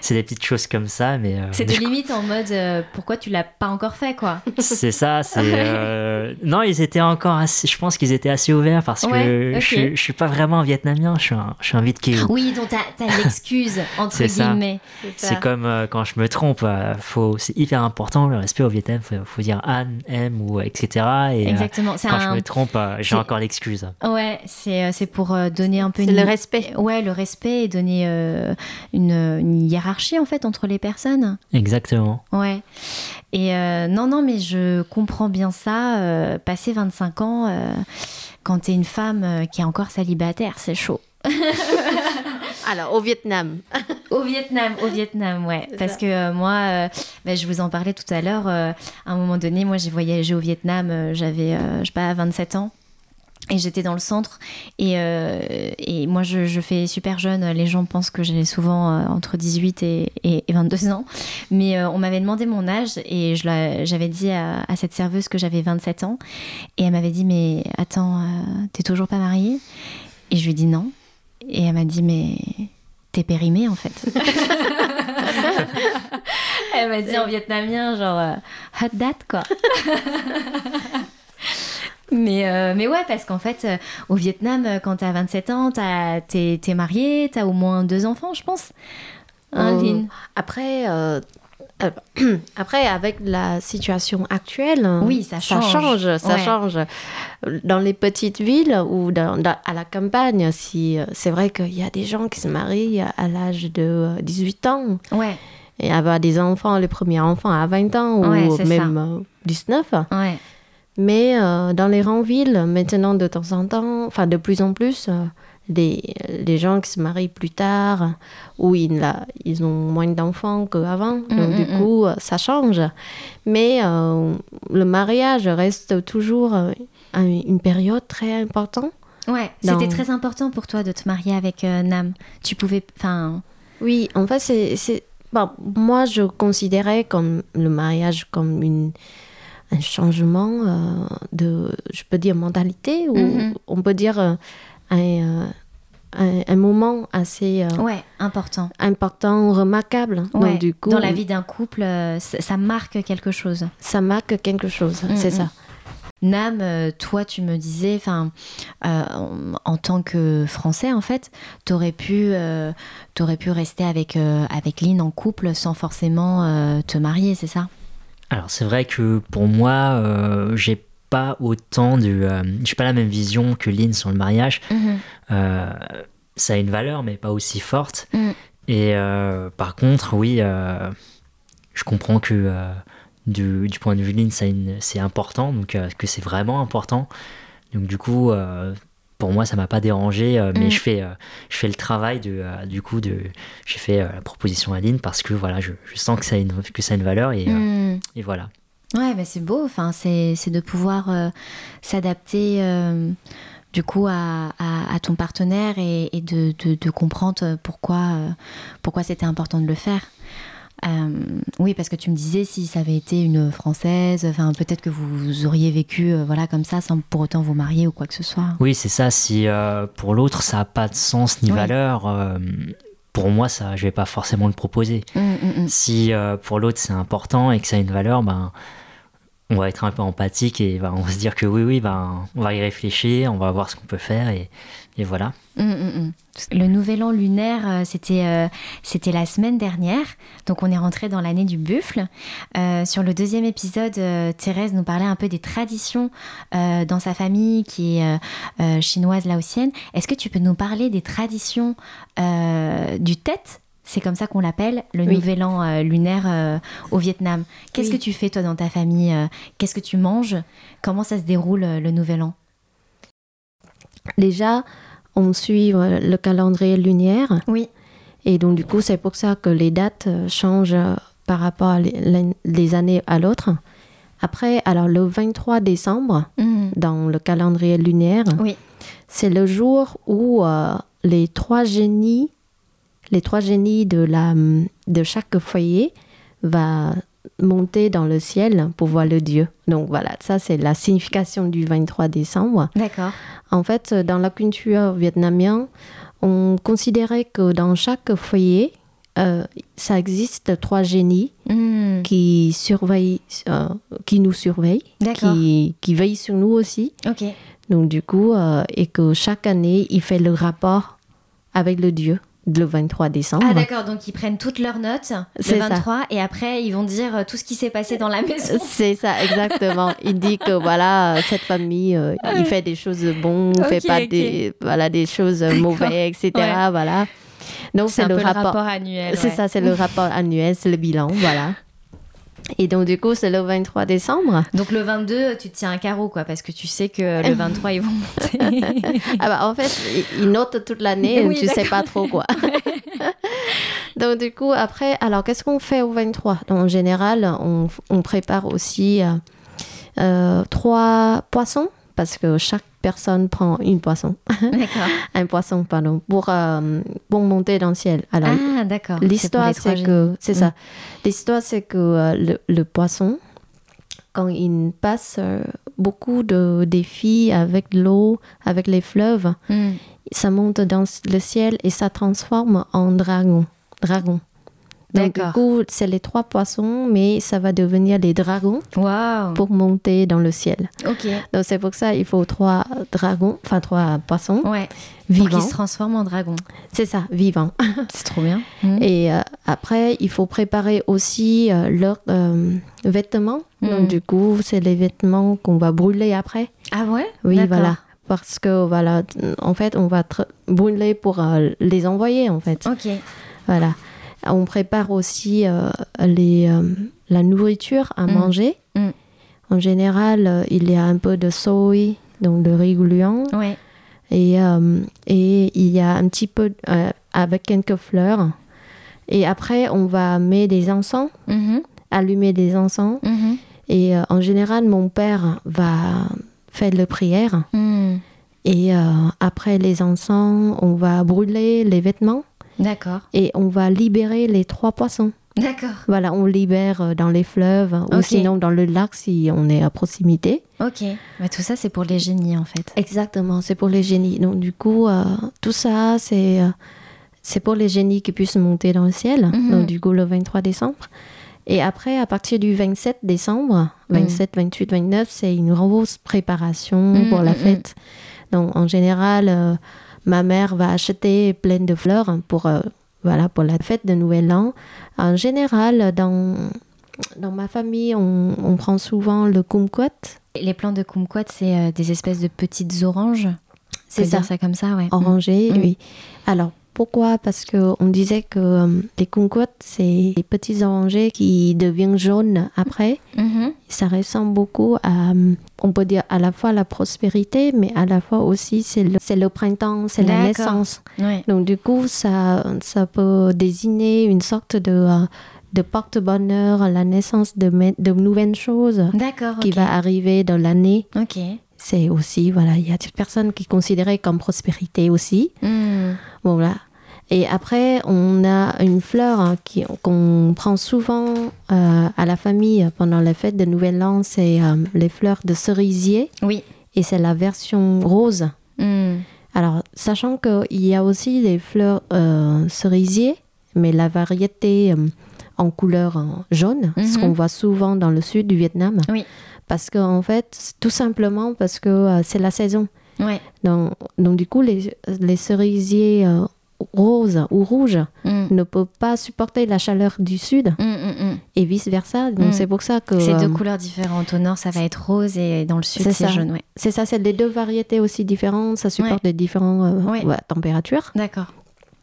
c'est des petites choses comme ça, mais c'était limite en mode pourquoi tu l'as pas encore fait, quoi. C'est ça, non, ils étaient encore assez, je pense qu'ils étaient assez ouverts parce que je suis pas vraiment un Vietnamien, je suis un Viet Kieu. Oui, donc t'as l'excuse entre guillemets. C'est comme quand je me trompe, c'est hyper important le respect au Vietnam, faut dire An, M ou etc. Et exactement. Quand je me trompe, j'ai encore l'excuse. Ouais, c'est pour donner un peu le respect. Ouais, le respect et donner une hiérarchie en fait entre les personnes. Exactement. Ouais. Et non, mais je comprends bien ça. Passer 25 ans, quand t'es une femme qui est encore célibataire, c'est chaud. Alors, au Vietnam. Au Vietnam, ouais. Parce que moi, je vous en parlais tout à l'heure. À un moment donné, moi, j'ai voyagé au Vietnam. J'avais, 27 ans. Et j'étais dans le centre. Et moi, je fais super jeune. Les gens pensent que j'ai souvent entre 18 et 22 ans. Mais on m'avait demandé mon âge. Et j'avais dit à cette serveuse que j'avais 27 ans. Et elle m'avait dit, mais attends, t'es toujours pas mariée ? Et je lui ai dit non. Et elle m'a dit, mais t'es périmée en fait. Elle m'a dit en vietnamien, genre hot date quoi. Mais ouais, parce qu'en fait, au Vietnam, quand t'as 27 ans, t'es mariée, t'as au moins 2 enfants, je pense. Lynn. Après, avec la situation actuelle, oui, ça change. Ça change. Dans les petites villes ou à la campagne, c'est vrai qu'il y a des gens qui se marient à l'âge de 18 ans. Ouais. Et avoir des enfants, les premiers enfants à 20 ans ou même 19. Ouais. Mais dans les grandes villes, maintenant, de temps en temps, enfin de plus en plus, les gens qui se marient plus tard, ou ils ont moins d'enfants qu'avant. Donc du coup, ça change. Mais le mariage reste toujours une période très importante. Ouais, c'était très important pour toi de te marier avec Nam. Tu pouvais... Oui, en fait, bon, moi, je considérais comme le mariage comme un changement je peux dire, mentalité, ou on peut dire un moment assez important, remarquable. Ouais. Donc, du coup, dans la vie d'un couple, ça marque quelque chose. Ça marque quelque chose, c'est ça. Nam, toi, tu me disais, en tant que Français, en fait, t'aurais pu rester avec Lynn en couple sans forcément te marier, c'est ça ? Alors, c'est vrai que pour moi, j'ai pas la même vision que Lynn sur le mariage. Ça a une valeur, mais pas aussi forte. Et par contre, oui, je comprends que du point de vue Lynn, c'est important, donc que c'est vraiment important. Donc du coup, pour moi, ça m'a pas dérangé, mais je fais le travail j'ai fait la proposition à Lynn parce que voilà, je sens que ça a une valeur et voilà. Ouais, c'est beau. Enfin, c'est de pouvoir s'adapter du coup à ton partenaire et de comprendre pourquoi c'était important de le faire. Oui, parce que tu me disais, si ça avait été une Française, peut-être que vous auriez vécu comme ça sans pour autant vous marier ou quoi que ce soit. Oui, c'est ça. Si pour l'autre ça n'a pas de sens ni valeur, pour moi ça, je vais pas forcément le proposer. Si pour l'autre c'est important et que ça a une valeur, on va être un peu empathique et on va se dire que oui, on va y réfléchir, on va voir ce qu'on peut faire et voilà. Le nouvel an lunaire, c'était la semaine dernière, donc on est rentré dans l'année du buffle. Sur le 2e épisode, Thérèse nous parlait un peu des traditions dans sa famille qui est chinoise laotienne. Est-ce que tu peux nous parler des traditions du Tet ? C'est comme ça qu'on l'appelle, le nouvel an lunaire au Vietnam. Qu'est-ce que tu fais toi dans ta famille ? Qu'est-ce que tu manges ? Comment ça se déroule le nouvel an ? Déjà, on suit le calendrier lunaire. Oui. Et donc, du coup, c'est pour ça que les dates changent par rapport les années à l'autre. Après, alors, le 23 décembre, dans le calendrier lunaire, c'est le jour où les trois génies de chaque foyer va monter dans le ciel pour voir le Dieu. Donc voilà, ça c'est la signification du 23 décembre. D'accord. En fait, dans la culture vietnamienne, on considérait que dans chaque foyer, ça existe 3 génies qui surveillent, qui nous surveillent, qui veillent sur nous aussi. Ok. Donc du coup, et que chaque année, il fait le rapport avec le dieu le 23 décembre. Ah d'accord, donc ils prennent toutes leurs notes le 23 et après ils vont dire tout ce qui s'est passé dans la maison. C'est ça, exactement. Il dit que voilà, cette famille, il fait des choses bonnes, il fait pas des choses mauvaises, etc. Ouais. Voilà. Donc c'est le rapport annuel. C'est ça, c'est le rapport annuel, c'est le bilan, voilà. Et donc du coup, c'est le 23 décembre. Donc le 22, tu te tiens un carreau, quoi, parce que tu sais que le 23, ils vont monter. Ah bah en fait, ils notent toute l'année, oui, tu sais pas trop quoi. Donc du coup, après, alors qu'est-ce qu'on fait au 23 ? Donc en général, on prépare aussi 3 poissons, parce que chaque personne prend une poisson. D'accord. Un poisson, pardon, pour monter dans le ciel. Alors, d'accord. L'histoire, c'est que... C'est ça. L'histoire, c'est que le poisson, quand il passe beaucoup de défis avec l'eau, avec les fleuves, ça monte dans le ciel et ça transforme en dragon. Donc, du coup, c'est les 3 poissons, mais ça va devenir les dragons pour monter dans le ciel. Ok. Donc, c'est pour ça qu'il faut 3 dragons, enfin 3 poissons vivants. Pour qu'ils se transforment en dragons. C'est ça, vivants. C'est trop bien. Et après, il faut préparer aussi leurs vêtements. Donc, du coup, c'est les vêtements qu'on va brûler après. Ah ouais ? Oui, voilà. Parce que, voilà, en fait, on va brûler pour les envoyer, en fait. Ok. Voilà. On prépare aussi la nourriture à manger. En général, il y a un peu de soy, donc de riz gluant. Ouais. Et il y a un petit peu avec quelques fleurs. Et après, on va mettre des encens, allumer des encens. Et en général, mon père va faire la prière. Et après les encens, on va brûler les vêtements. D'accord. Et on va libérer les 3 poissons. D'accord. Voilà, on libère dans les fleuves ou sinon dans le lac si on est à proximité. Ok. Mais tout ça, c'est pour les génies, en fait. Exactement, c'est pour les génies. Donc, du coup, tout ça, c'est pour les génies qui puissent monter dans le ciel. Donc, du coup, le 23 décembre. Et après, à partir du 27 décembre, 27, 28, 29, c'est une grosse préparation pour la fête. Donc, en général... ma mère va acheter plein de fleurs pour la fête de Nouvel An. En général, dans ma famille, on prend souvent le kumquat. Les plants de kumquat, c'est des espèces de petites oranges. C'est ça. Dire ça comme ça, ouais. Orangées, oui. Alors, pourquoi ? Parce qu'on disait que les kumquats, c'est des petits orangers qui deviennent jaunes après. Ça ressemble beaucoup à, on peut dire, à la fois la prospérité, mais à la fois aussi, c'est le printemps, c'est la naissance. Ouais. Donc, du coup, ça peut désigner une sorte de porte-bonheur, la naissance de nouvelles choses qui va arriver dans l'année. Ok. C'est aussi, voilà, il y a des personnes qui considèrent comme prospérité aussi. Bon, voilà. Et après, on a une fleur qu'on prend souvent à la famille pendant la fête de Nouvel An, c'est les fleurs de cerisier. Oui. Et c'est la version rose. Alors, sachant qu'il y a aussi des fleurs cerisier, mais la variété en couleur jaune, ce qu'on voit souvent dans le sud du Vietnam. Oui. Parce qu'en fait, tout simplement parce que c'est la saison. Ouais. Donc du coup, les cerisiers roses ou rouges ne peuvent pas supporter la chaleur du sud et vice-versa. Donc c'est pour ça que... C'est 2 couleurs différentes. Au nord, ça va être rose et dans le sud, c'est jaune. Ouais. C'est ça, c'est les 2 variétés aussi différentes. Ça supporte des différentes températures. D'accord.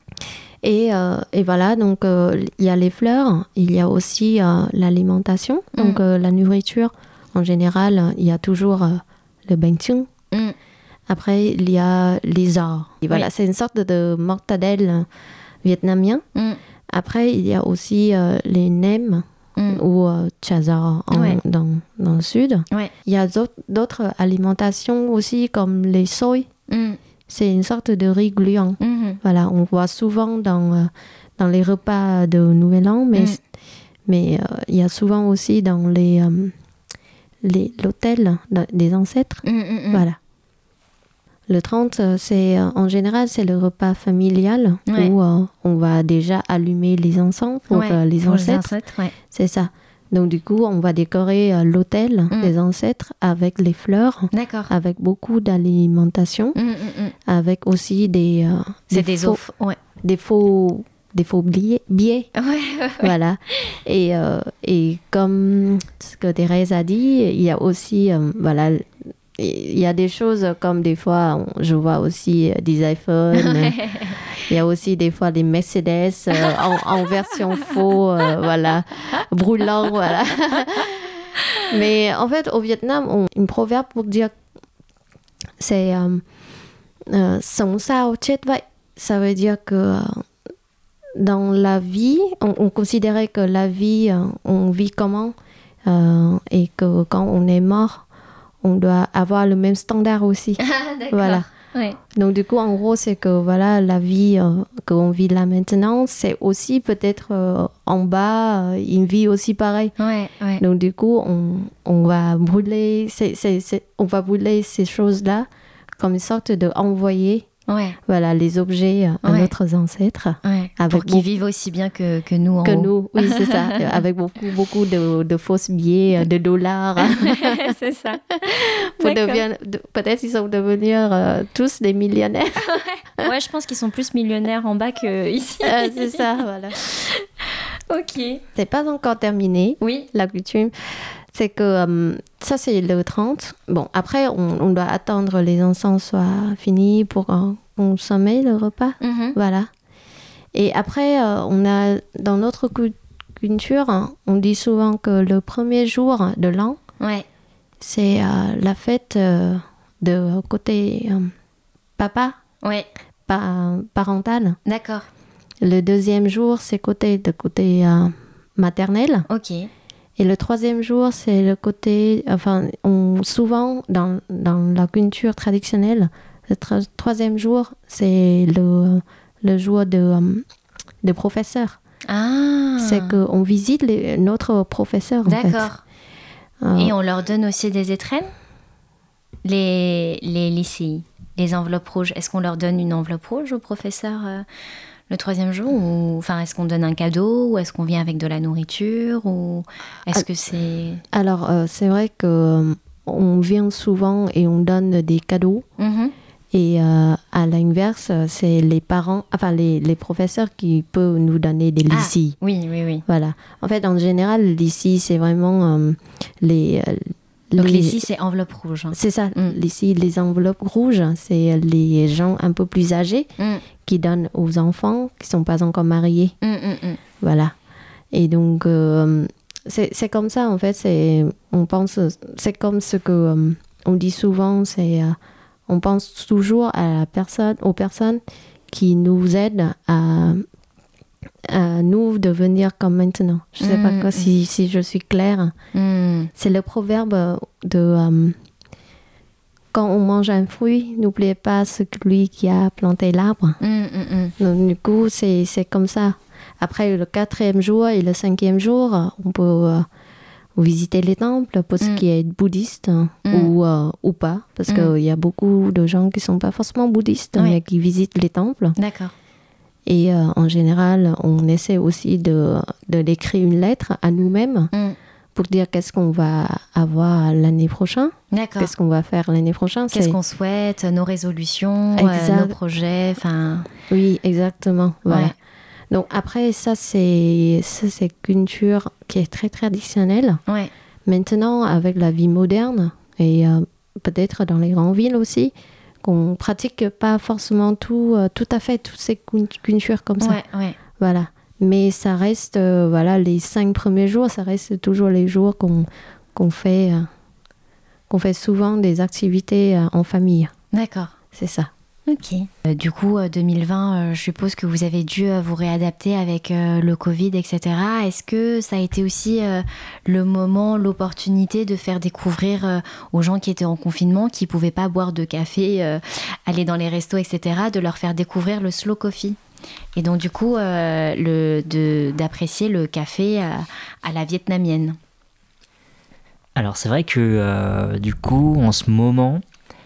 Et voilà, donc il y a les fleurs, il y a aussi l'alimentation, donc la nourriture. En général, il y a toujours le bánh chưng. Après, il y a les arts. Et voilà, c'est une sorte de mortadelle vietnamien. Après, il y a aussi les nems ou chả giò dans le sud. Il y a d'autres alimentations aussi, comme les soy. C'est une sorte de riz gluant. Voilà, on voit souvent dans les repas de Nouvel An, mais il y a souvent aussi dans l'hôtel des ancêtres. Voilà. Le 30, en général, c'est le repas familial où on va déjà allumer les encens pour les ancêtres. C'est ça. Donc, du coup, on va décorer l'autel des ancêtres avec les fleurs, avec beaucoup d'alimentation, avec aussi des faux billets. Voilà. Et comme ce que Thérèse a dit, il y a aussi, il y a des choses comme des fois, je vois aussi des iPhones. Il y a aussi des fois des Mercedes en version faux, brûlant, voilà. Mais en fait, au Vietnam, on a une proverbe pour dire c'est sống sao chết vậy. Ça veut dire que dans la vie, on considérait que la vie, on vit comment et que quand on est mort, on doit avoir le même standard aussi. Voilà. Ouais. Donc du coup, en gros, c'est que la vie qu'on vit là maintenant, c'est aussi peut-être en bas, une vie aussi pareille. Donc du coup, on va brûler, on va brûler ces choses-là comme une sorte de envoyer. Les objets à nos ancêtres. Pour qu'ils vivent aussi bien que nous en haut. Nous, oui, c'est ça. Avec beaucoup de fausses billets, de dollars. C'est ça. Peut-être ils vont devenir tous des millionnaires. Je pense qu'ils sont plus millionnaires en bas qu'ici. C'est ça, voilà. Ok. C'est pas encore terminé, la coutume. C'est que ça, c'est le 30. Bon, après, on doit attendre les encens soient finis pour consommer le repas. Voilà. Et après, on a, dans notre culture, on dit souvent que le premier jour de l'an, c'est la fête de côté papa, parental. D'accord. Le deuxième jour, c'est côté maternel. Ok. Et le troisième jour, c'est le côté... souvent, dans la culture traditionnelle, le troisième jour, c'est le jour de professeur. Ah. C'est qu'on visite notre professeur, en fait. D'accord. Et on leur donne aussi des étrennes ? Les lycéens, les enveloppes rouges. Est-ce qu'on leur donne une enveloppe rouge aux professeurs le troisième jour, ou est-ce qu'on donne un cadeau, ou est-ce qu'on vient avec de la nourriture, ou est-ce que c'est... Alors, c'est vrai que on vient souvent et on donne des cadeaux. Et à l'inverse, c'est les parents, les professeurs qui peuvent nous donner des lycées. Oui. Voilà. En fait, en général, le lycée, c'est vraiment Donc lycée, c'est enveloppe rouge. C'est ça. Lycée, les enveloppes rouges, c'est les gens un peu plus âgés qui donnent aux enfants qui ne sont pas encore mariés. Voilà. Et donc, c'est comme ça, en fait. On pense, c'est comme ce que on dit souvent, on pense toujours aux personnes qui nous aident à nous devenir comme maintenant. Je ne sais pas si je suis claire. C'est le proverbe de quand on mange un fruit, n'oubliez pas celui qui a planté l'arbre. Donc, du coup, c'est comme ça. Après, le 4e jour et le 5e jour, on peut visiter les temples pour ce qui est bouddhiste ou pas. Parce qu'il y a beaucoup de gens qui ne sont pas forcément bouddhistes, mais qui visitent les temples. D'accord. Et en général, on essaie aussi d'écrire une lettre à nous-mêmes pour dire qu'est-ce qu'on va avoir l'année prochaine. D'accord. Qu'est-ce qu'on va faire l'année prochaine. Qu'est-ce qu'on souhaite, nos résolutions, nos projets. Oui, exactement. Voilà. Ouais. Donc après, ça c'est culture qui est très traditionnelle. Ouais. Maintenant, avec la vie moderne, et peut-être dans les grandes villes aussi, qu'on pratique pas forcément tout à fait toutes ces cultures comme ça. Ouais. Voilà. Mais ça reste, les 5 premiers jours, ça reste toujours les jours qu'on fait souvent des activités en famille. D'accord. C'est ça. Ok. Du coup, 2020, je suppose que vous avez dû vous réadapter avec le Covid, etc. Est-ce que ça a été aussi le moment, l'opportunité de faire découvrir aux gens qui étaient en confinement, qui ne pouvaient pas boire de café, aller dans les restos, etc., de leur faire découvrir le slow coffee ? Et donc, du coup, d'apprécier le café à la vietnamienne. Alors, c'est vrai que, du coup, en ce moment...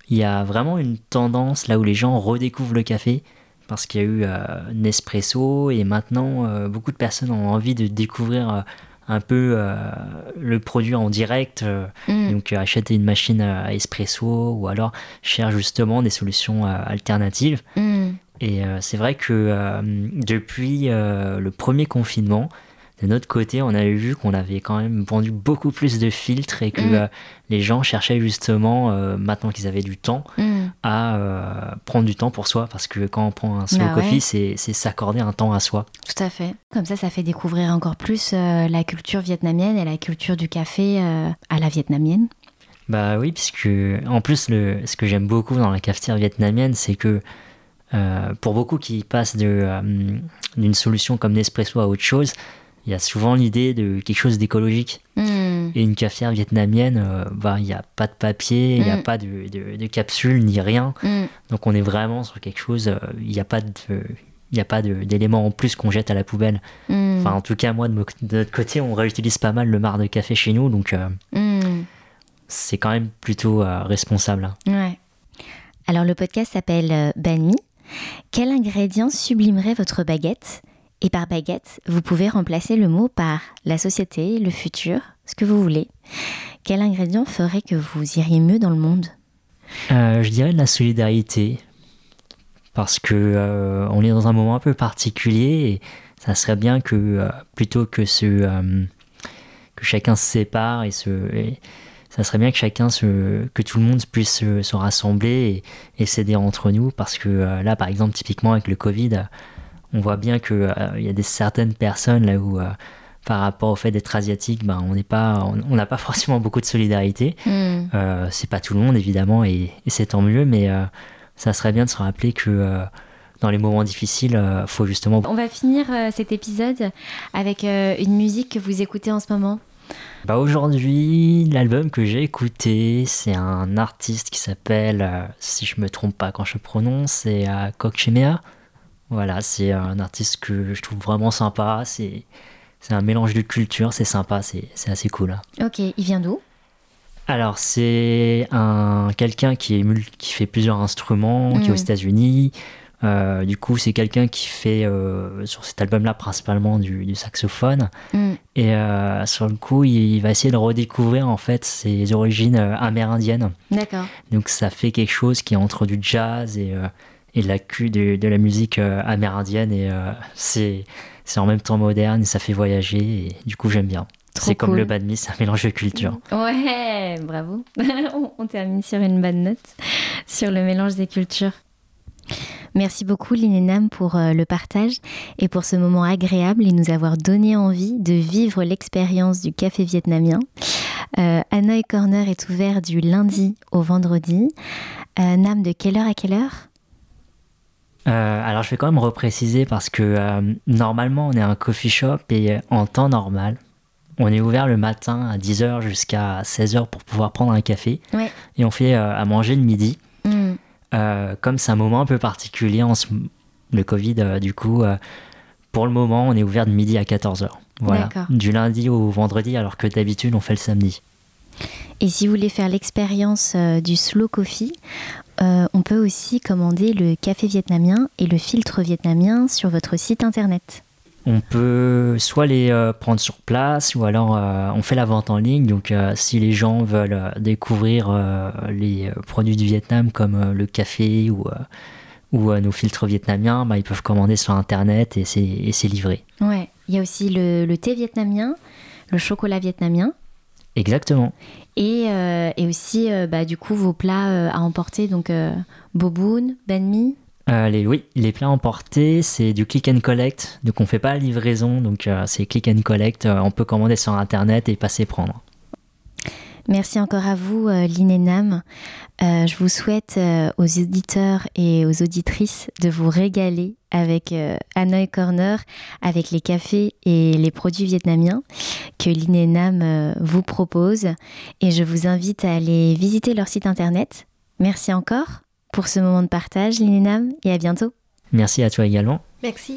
il y a vraiment une tendance là où les gens redécouvrent le café, parce qu'il y a eu Nespresso, et maintenant beaucoup de personnes ont envie de découvrir un peu le produit en direct, donc acheter une machine à espresso, ou alors chercher justement des solutions alternatives. Et c'est vrai que depuis le premier confinement, de notre côté, on avait vu qu'on avait quand même vendu beaucoup plus de filtres, et que les gens cherchaient justement, maintenant qu'ils avaient du temps, à prendre du temps pour soi, parce que quand on prend un slow coffee, c'est s'accorder un temps à soi. Tout à fait. Comme ça fait découvrir encore plus la culture vietnamienne et la culture du café à la vietnamienne. Bah oui, puisque en plus, ce que j'aime beaucoup dans la cafetière vietnamienne, c'est que pour beaucoup qui passent d'une solution comme Nespresso à autre chose, il y a souvent l'idée de quelque chose d'écologique. Et une cafetière vietnamienne, il n'y a pas de papier, il n'y a pas de capsule ni rien. Donc on est vraiment sur quelque chose, il n'y a pas d'éléments en plus qu'on jette à la poubelle. Enfin, en tout cas, moi, de notre côté, on réutilise pas mal le marc de café chez nous, donc c'est quand même plutôt responsable. Ouais. Alors le podcast s'appelle Banh Mi. Quel ingrédient sublimerait votre baguette ? Et par baguette, vous pouvez remplacer le mot par la société, le futur, ce que vous voulez. Quel ingrédient ferait que vous iriez mieux dans le monde ? Je dirais de la solidarité, parce que on est dans un moment un peu particulier, et ça serait bien que plutôt que que chacun se sépare, et ça serait bien que tout le monde puisse se rassembler et s'aider entre nous, parce que là, par exemple, typiquement avec le Covid, on voit bien qu'il y a certaines personnes là où, par rapport au fait d'être asiatique, on n'a pas forcément beaucoup de solidarité. C'est pas tout le monde, évidemment, et c'est tant mieux, mais ça serait bien de se rappeler que dans les moments difficiles, faut justement... On va finir cet épisode avec une musique que vous écoutez en ce moment. Aujourd'hui, l'album que j'ai écouté, c'est un artiste qui s'appelle, si je me trompe pas quand je prononce, c'est Kokchimea. Voilà, c'est un artiste que je trouve vraiment sympa. C'est un mélange de culture, c'est sympa, c'est assez cool. Ok, il vient d'où ? Alors, c'est quelqu'un qui fait plusieurs instruments, qui est aux États-Unis. Du coup, c'est quelqu'un qui fait sur cet album-là principalement du saxophone. Et sur le coup, il va essayer de redécouvrir en fait ses origines amérindiennes. D'accord. Donc, ça fait quelque chose qui est entre du jazz et de la musique amérindienne, et c'est en même temps moderne, et ça fait voyager, et du coup j'aime bien. C'est cool. Comme le banh mi, c'est un mélange de culture. Ouais, bravo. On termine sur une bonne note sur le mélange des cultures. Merci beaucoup Linh et Nam pour le partage et pour ce moment agréable et nous avoir donné envie de vivre l'expérience du café vietnamien. Hanoï Corner est ouvert du lundi au vendredi. Nam, de quelle heure à quelle heure ? Alors je vais quand même repréciser, parce que normalement on est un coffee shop, et en temps normal on est ouvert le matin à 10h jusqu'à 16h pour pouvoir prendre un café. Ouais. Et on fait à manger le midi. Comme c'est un moment un peu particulier le Covid, du coup pour le moment on est ouvert de midi à 14h. Voilà. D'accord. Du lundi au vendredi, alors que d'habitude on fait le samedi. Et si vous voulez faire l'expérience du slow coffee, on peut aussi commander le café vietnamien et le filtre vietnamien sur votre site internet. On peut soit les prendre sur place, ou alors on fait la vente en ligne. Donc si les gens veulent découvrir les produits du Vietnam comme le café ou nos filtres vietnamiens, ils peuvent commander sur internet et c'est livré. Ouais, il y a aussi le thé vietnamien, le chocolat vietnamien. Exactement. Et aussi, du coup, vos plats à emporter, donc boboon, banh mi. Les plats emportés, c'est du click and collect. Donc on fait pas la livraison, donc c'est click and collect. On peut commander sur internet et passer prendre. Merci encore à vous, Linh et Nam. Je vous souhaite aux auditeurs et aux auditrices de vous régaler avec Hanoï Corner, avec les cafés et les produits vietnamiens que Linh et Nam vous proposent. Et je vous invite à aller visiter leur site internet. Merci encore pour ce moment de partage, Linh et Nam, et à bientôt. Merci à toi également. Merci.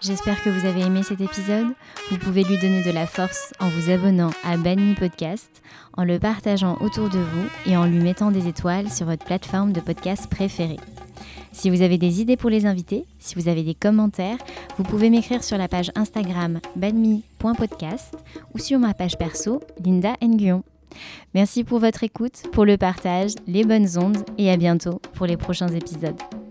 J'espère que vous avez aimé cet épisode. Vous pouvez lui donner de la force en vous abonnant à Banmi Podcast, en le partageant autour de vous et en lui mettant des étoiles sur votre plateforme de podcast préférée. Si vous avez des idées pour les invités, si vous avez des commentaires, vous pouvez m'écrire sur la page Instagram banmi.podcast ou sur ma page perso Linda Nguyen. Merci pour votre écoute, pour le partage, les bonnes ondes et à bientôt pour les prochains épisodes.